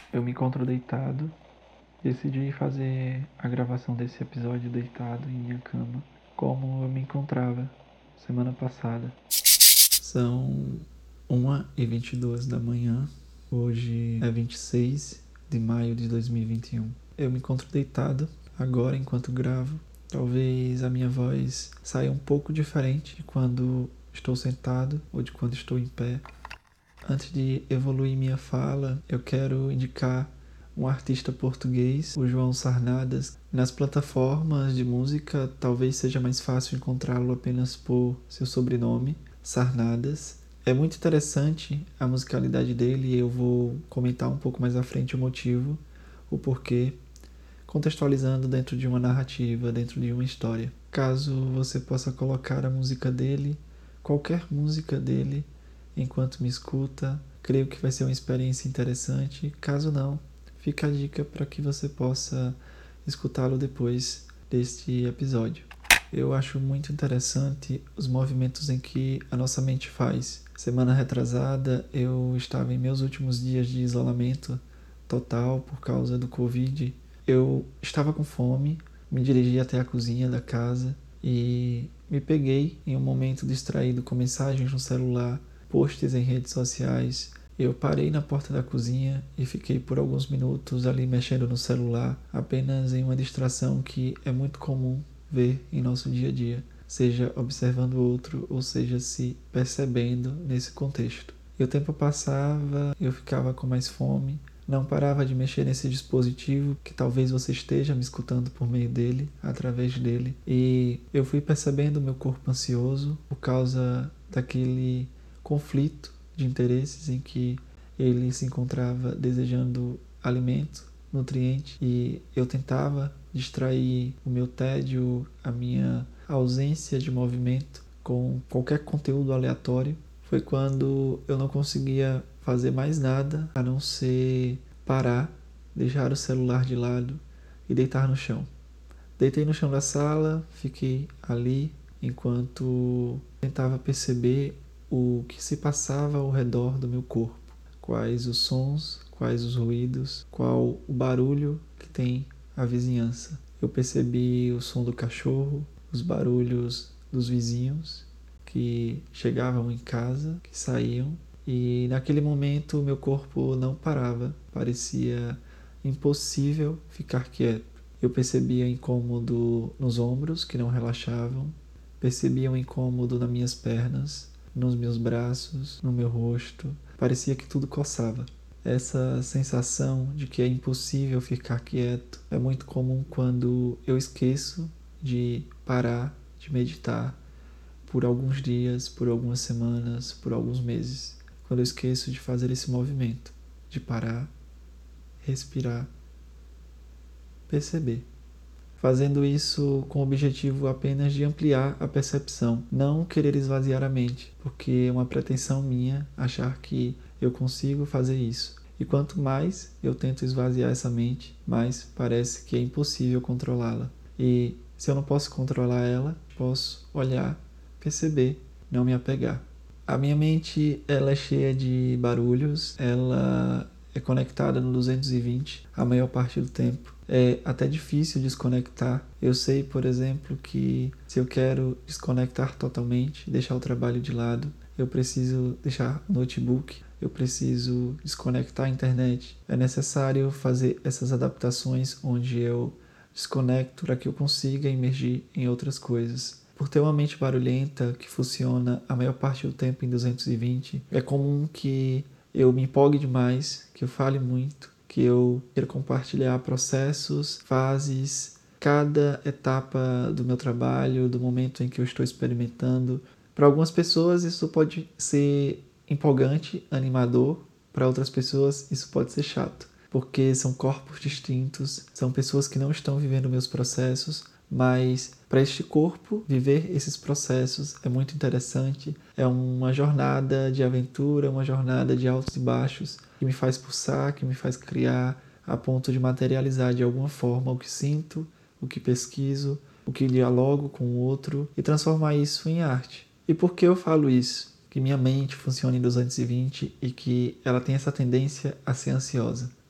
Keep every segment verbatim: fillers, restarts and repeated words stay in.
Eu me encontro deitado. Decidi fazer a gravação desse episódio deitado em minha cama, como eu me encontrava semana passada. São uma e vinte e duas da manhã. Hoje é vinte e seis de maio de dois mil e vinte e um. Eu me encontro deitado agora enquanto gravo. Talvez a minha voz saia um pouco diferente de quando estou sentado ou de quando estou em pé. Antes de evoluir minha fala, eu quero indicar um artista português, o João Sarnadas. Nas plataformas de música, talvez seja mais fácil encontrá-lo apenas por seu sobrenome, Sarnadas. É muito interessante a musicalidade dele e eu vou comentar um pouco mais à frente o motivo, o porquê, contextualizando dentro de uma narrativa, dentro de uma história. Caso você possa colocar a música dele, qualquer música dele, enquanto me escuta, creio que vai ser uma experiência interessante. Caso não, fica a dica para que você possa escutá-lo depois deste episódio. Eu acho muito interessante os movimentos em que a nossa mente faz. Semana retrasada, eu estava em meus últimos dias de isolamento total por causa do Covid. Eu estava com fome, me dirigi até a cozinha da casa e me peguei em um momento distraído com mensagens no celular, posts em redes sociais. Eu parei na porta da cozinha e fiquei por alguns minutos ali mexendo no celular, apenas em uma distração que é muito comum ver em nosso dia a dia, seja observando o outro ou seja se percebendo nesse contexto. E o tempo passava, eu ficava com mais fome, não parava de mexer nesse dispositivo, que talvez você esteja me escutando por meio dele, através dele, e eu fui percebendo meu corpo ansioso por causa daquele conflito de interesses em que ele se encontrava desejando alimento, nutriente, e eu tentava distrair o meu tédio, a minha ausência de movimento com qualquer conteúdo aleatório. Foi quando eu não conseguia fazer mais nada a não ser parar, deixar o celular de lado e deitar no chão. Deitei no chão da sala, fiquei ali enquanto tentava perceber o que se passava ao redor do meu corpo. Quais os sons, quais os ruídos, qual o barulho que tem a vizinhança. Eu percebi o som do cachorro, os barulhos dos vizinhos que chegavam em casa, que saíam, e naquele momento meu corpo não parava, parecia impossível ficar quieto. Eu percebia incômodo nos ombros que não relaxavam, percebia um incômodo nas minhas pernas, nos meus braços, no meu rosto, parecia que tudo coçava. Essa sensação de que é impossível ficar quieto é muito comum quando eu esqueço de parar, de meditar por alguns dias, por algumas semanas, por alguns meses. Quando eu esqueço de fazer esse movimento, de parar, respirar, perceber. Fazendo isso com o objetivo apenas de ampliar a percepção, não querer esvaziar a mente, porque é uma pretensão minha achar que eu consigo fazer isso. E quanto mais eu tento esvaziar essa mente, mais parece que é impossível controlá-la. E se eu não posso controlar ela, posso olhar, perceber, não me apegar. A minha mente, ela é cheia de barulhos, ela é conectada no duzentos e vinte a maior parte do tempo. É até difícil desconectar. Eu sei, por exemplo, que se eu quero desconectar totalmente, deixar o trabalho de lado, eu preciso deixar o notebook, eu preciso desconectar a internet. É necessário fazer essas adaptações onde eu desconecto para que eu consiga emergir em outras coisas. Por ter uma mente barulhenta que funciona a maior parte do tempo em duzentos e vinte, é comum que eu me empolgue demais, que eu fale muito, que eu queira compartilhar processos, fases, cada etapa do meu trabalho, do momento em que eu estou experimentando. Para algumas pessoas isso pode ser empolgante, animador, para outras pessoas isso pode ser chato, porque são corpos distintos, são pessoas que não estão vivendo meus processos, mas para este corpo, viver esses processos é muito interessante. É uma jornada de aventura, uma jornada de altos e baixos, que me faz pulsar, que me faz criar, a ponto de materializar de alguma forma o que sinto, o que pesquiso, o que dialogo com o outro e transformar isso em arte. E por que eu falo isso? Que minha mente funciona em duzentos e vinte e que ela tem essa tendência a ser ansiosa.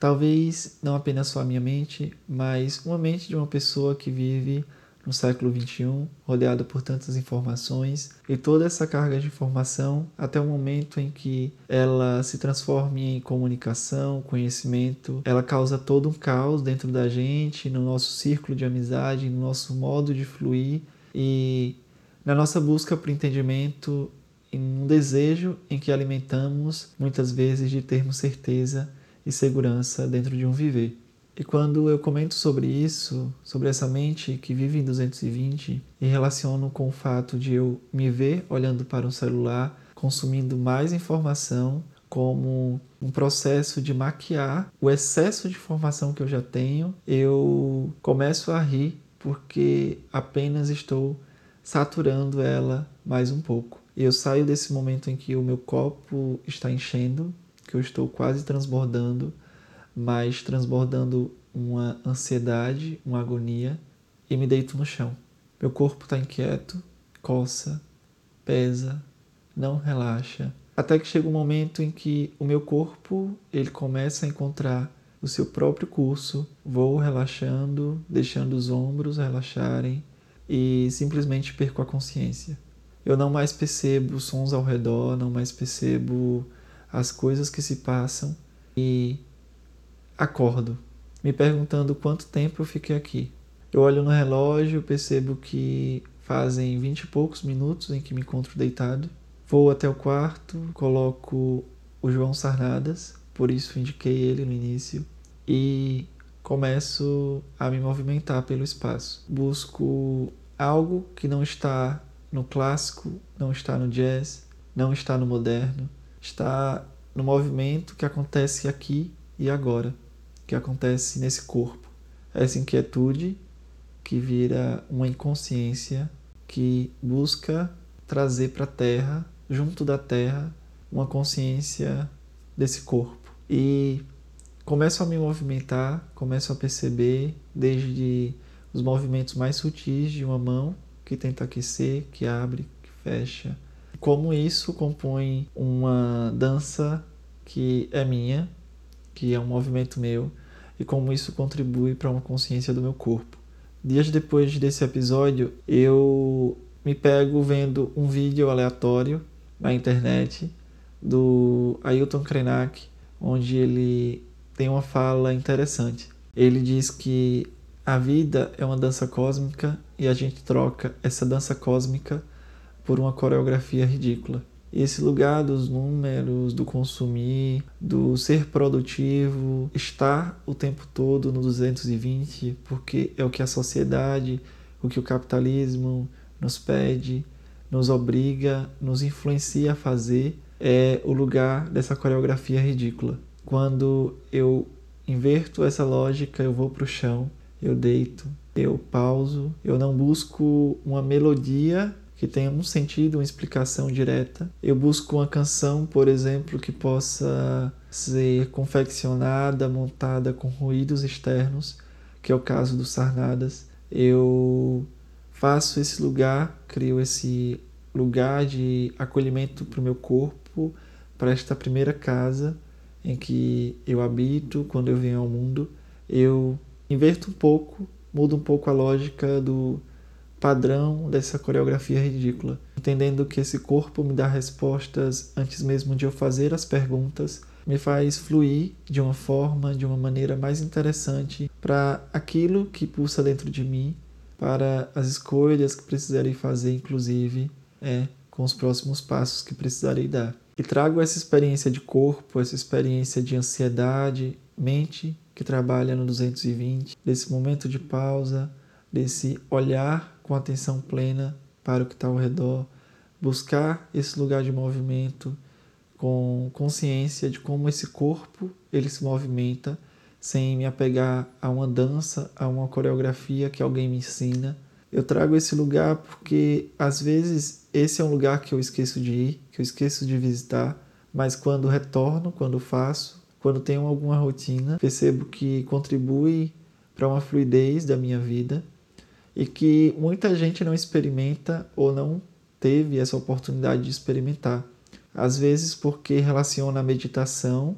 Talvez não apenas só a minha mente, mas uma mente de uma pessoa que vive no século vinte e um, rodeada por tantas informações, e toda essa carga de informação até o momento em que ela se transforma em comunicação, conhecimento, ela causa todo um caos dentro da gente, no nosso círculo de amizade, no nosso modo de fluir e na nossa busca por entendimento, em um desejo em que alimentamos muitas vezes de termos certeza e segurança dentro de um viver. E quando eu comento sobre isso, sobre essa mente que vive em duzentos e vinte, e relaciono com o fato de eu me ver olhando para um celular, consumindo mais informação, como um processo de maquiar o excesso de informação que eu já tenho, eu começo a rir porque apenas estou saturando ela mais um pouco. Eu saio desse momento em que o meu copo está enchendo, que eu estou quase transbordando, mas transbordando uma ansiedade, uma agonia, e me deito no chão. Meu corpo está inquieto, coça, pesa, não relaxa, até que chega um momento em que o meu corpo ele começa a encontrar o seu próprio curso, vou relaxando, deixando os ombros relaxarem e simplesmente perco a consciência. Eu não mais percebo os sons ao redor, não mais percebo as coisas que se passam e acordo, me perguntando quanto tempo eu fiquei aqui. Eu olho no relógio, percebo que fazem vinte e poucos minutos em que me encontro deitado. Vou até o quarto, coloco o João Sarnadas, por isso indiquei ele no início, e começo a me movimentar pelo espaço. Busco algo que não está no clássico, não está no jazz, não está no moderno, está no movimento que acontece aqui e agora, que acontece nesse corpo. Essa inquietude que vira uma inconsciência que busca trazer para a Terra, junto da Terra, uma consciência desse corpo. E começo a me movimentar, começo a perceber desde os movimentos mais sutis de uma mão que tenta aquecer, que abre, que fecha. Como isso compõe uma dança que é minha, que é um movimento meu, e como isso contribui para uma consciência do meu corpo. Dias depois desse episódio, eu me pego vendo um vídeo aleatório na internet do Ailton Krenak, onde ele tem uma fala interessante. Ele diz que a vida é uma dança cósmica e a gente troca essa dança cósmica por uma coreografia ridícula. E esse lugar dos números, do consumir, do ser produtivo, estar o tempo todo no duzentos e vinte, porque é o que a sociedade, o que o capitalismo nos pede, nos obriga, nos influencia a fazer, é o lugar dessa coreografia ridícula. Quando eu inverto essa lógica, eu vou para o chão, eu deito, eu pauso, eu não busco uma melodia que tenha um sentido, uma explicação direta. Eu busco uma canção, por exemplo, que possa ser confeccionada, montada com ruídos externos, que é o caso do Sarnadas. Eu faço esse lugar, crio esse lugar de acolhimento para o meu corpo, para esta primeira casa em que eu habito quando eu venho ao mundo. Eu inverto um pouco, mudo um pouco a lógica do padrão dessa coreografia ridícula, entendendo que esse corpo me dá respostas antes mesmo de eu fazer as perguntas, me faz fluir de uma forma, de uma maneira mais interessante para aquilo que pulsa dentro de mim, para as escolhas que precisarei fazer, inclusive, é, com os próximos passos que precisarei dar. E trago essa experiência de corpo, essa experiência de ansiedade, mente que trabalha no duzentos e vinte, desse momento de pausa, desse olhar com atenção plena para o que está ao redor, buscar esse lugar de movimento com consciência de como esse corpo ele se movimenta, sem me apegar a uma dança, a uma coreografia que alguém me ensina. Eu trago esse lugar porque às vezes esse é um lugar que eu esqueço de ir, que eu esqueço de visitar, mas quando retorno, quando faço, quando tenho alguma rotina, percebo que contribui para uma fluidez da minha vida e que muita gente não experimenta ou não teve essa oportunidade de experimentar. Às vezes porque relaciona a meditação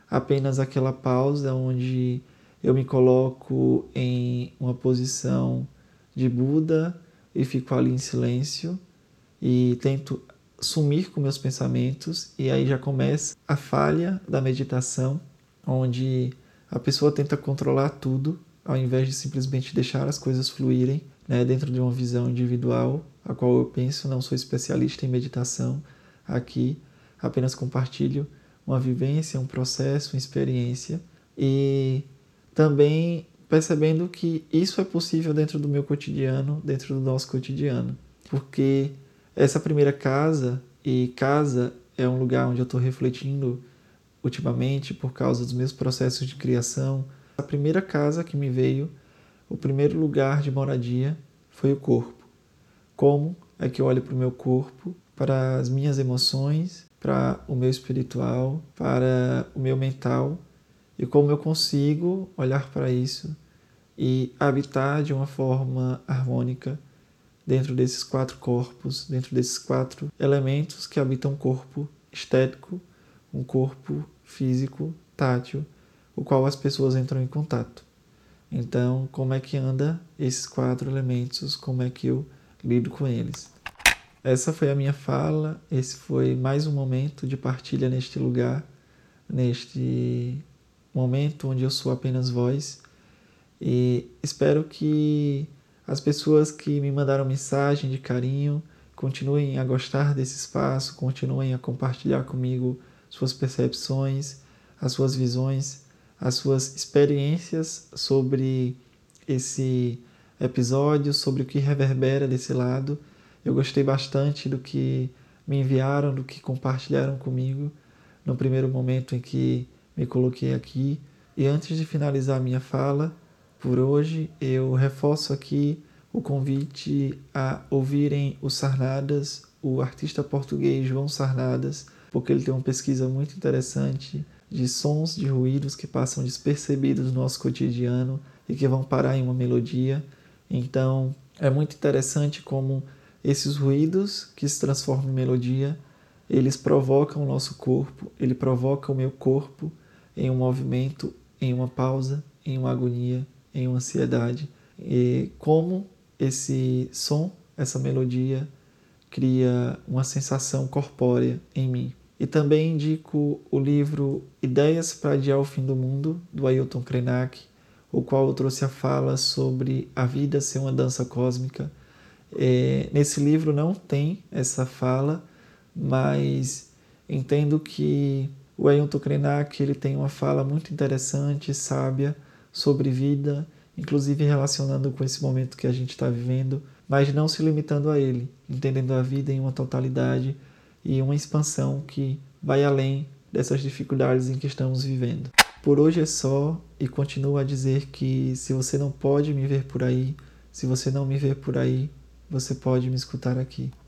apenas aquela pausa onde eu me coloco em uma posição de Buda e fico ali em silêncio e tento sumir com meus pensamentos, e aí já começa a falha da meditação, onde a pessoa tenta controlar tudo ao invés de simplesmente deixar as coisas fluírem, né, dentro de uma visão individual, a qual eu penso, não sou especialista em meditação aqui, apenas compartilho uma vivência, um processo, uma experiência, e também percebendo que isso é possível dentro do meu cotidiano, dentro do nosso cotidiano, porque essa primeira casa, e casa é um lugar onde eu estou refletindo ultimamente por causa dos meus processos de criação. A primeira casa que me veio, o primeiro lugar de moradia, foi o corpo. Como é que eu olho para o meu corpo, para as minhas emoções, para o meu espiritual, para o meu mental, e como eu consigo olhar para isso e habitar de uma forma harmônica dentro desses quatro corpos, dentro desses quatro elementos que habitam um corpo estético, um corpo físico, tátil, o qual as pessoas entram em contato. Então, como é que anda esses quatro elementos, como é que eu lido com eles? Essa foi a minha fala, esse foi mais um momento de partilha neste lugar, neste momento onde eu sou apenas voz, e espero que as pessoas que me mandaram mensagem de carinho continuem a gostar desse espaço, continuem a compartilhar comigo suas percepções, as suas visões, as suas experiências sobre esse episódio, sobre o que reverbera desse lado. Eu gostei bastante do que me enviaram, do que compartilharam comigo no primeiro momento em que me coloquei aqui. E antes de finalizar a minha fala, por hoje, eu reforço aqui o convite a ouvirem o Sarnadas, o artista português João Sarnadas, porque ele tem uma pesquisa muito interessante de sons, de ruídos que passam despercebidos no nosso cotidiano e que vão parar em uma melodia. Então, é muito interessante como esses ruídos que se transformam em melodia, eles provocam o nosso corpo, ele provoca o meu corpo em um movimento, em uma pausa, em uma agonia, em uma ansiedade. E como esse som, essa melodia, cria uma sensação corpórea em mim. E também indico o livro Ideias para Adiar o Fim do Mundo, do Ailton Krenak, o qual eu trouxe a fala sobre a vida ser uma dança cósmica. É, nesse livro não tem essa fala, mas entendo que o Ailton Krenak ele tem uma fala muito interessante, sábia, sobre vida, inclusive relacionando com esse momento que a gente está vivendo, mas não se limitando a ele, entendendo a vida em uma totalidade e uma expansão que vai além dessas dificuldades em que estamos vivendo. Por hoje é só, e continuo a dizer que se você não pode me ver por aí, se você não me vê por aí, você pode me escutar aqui.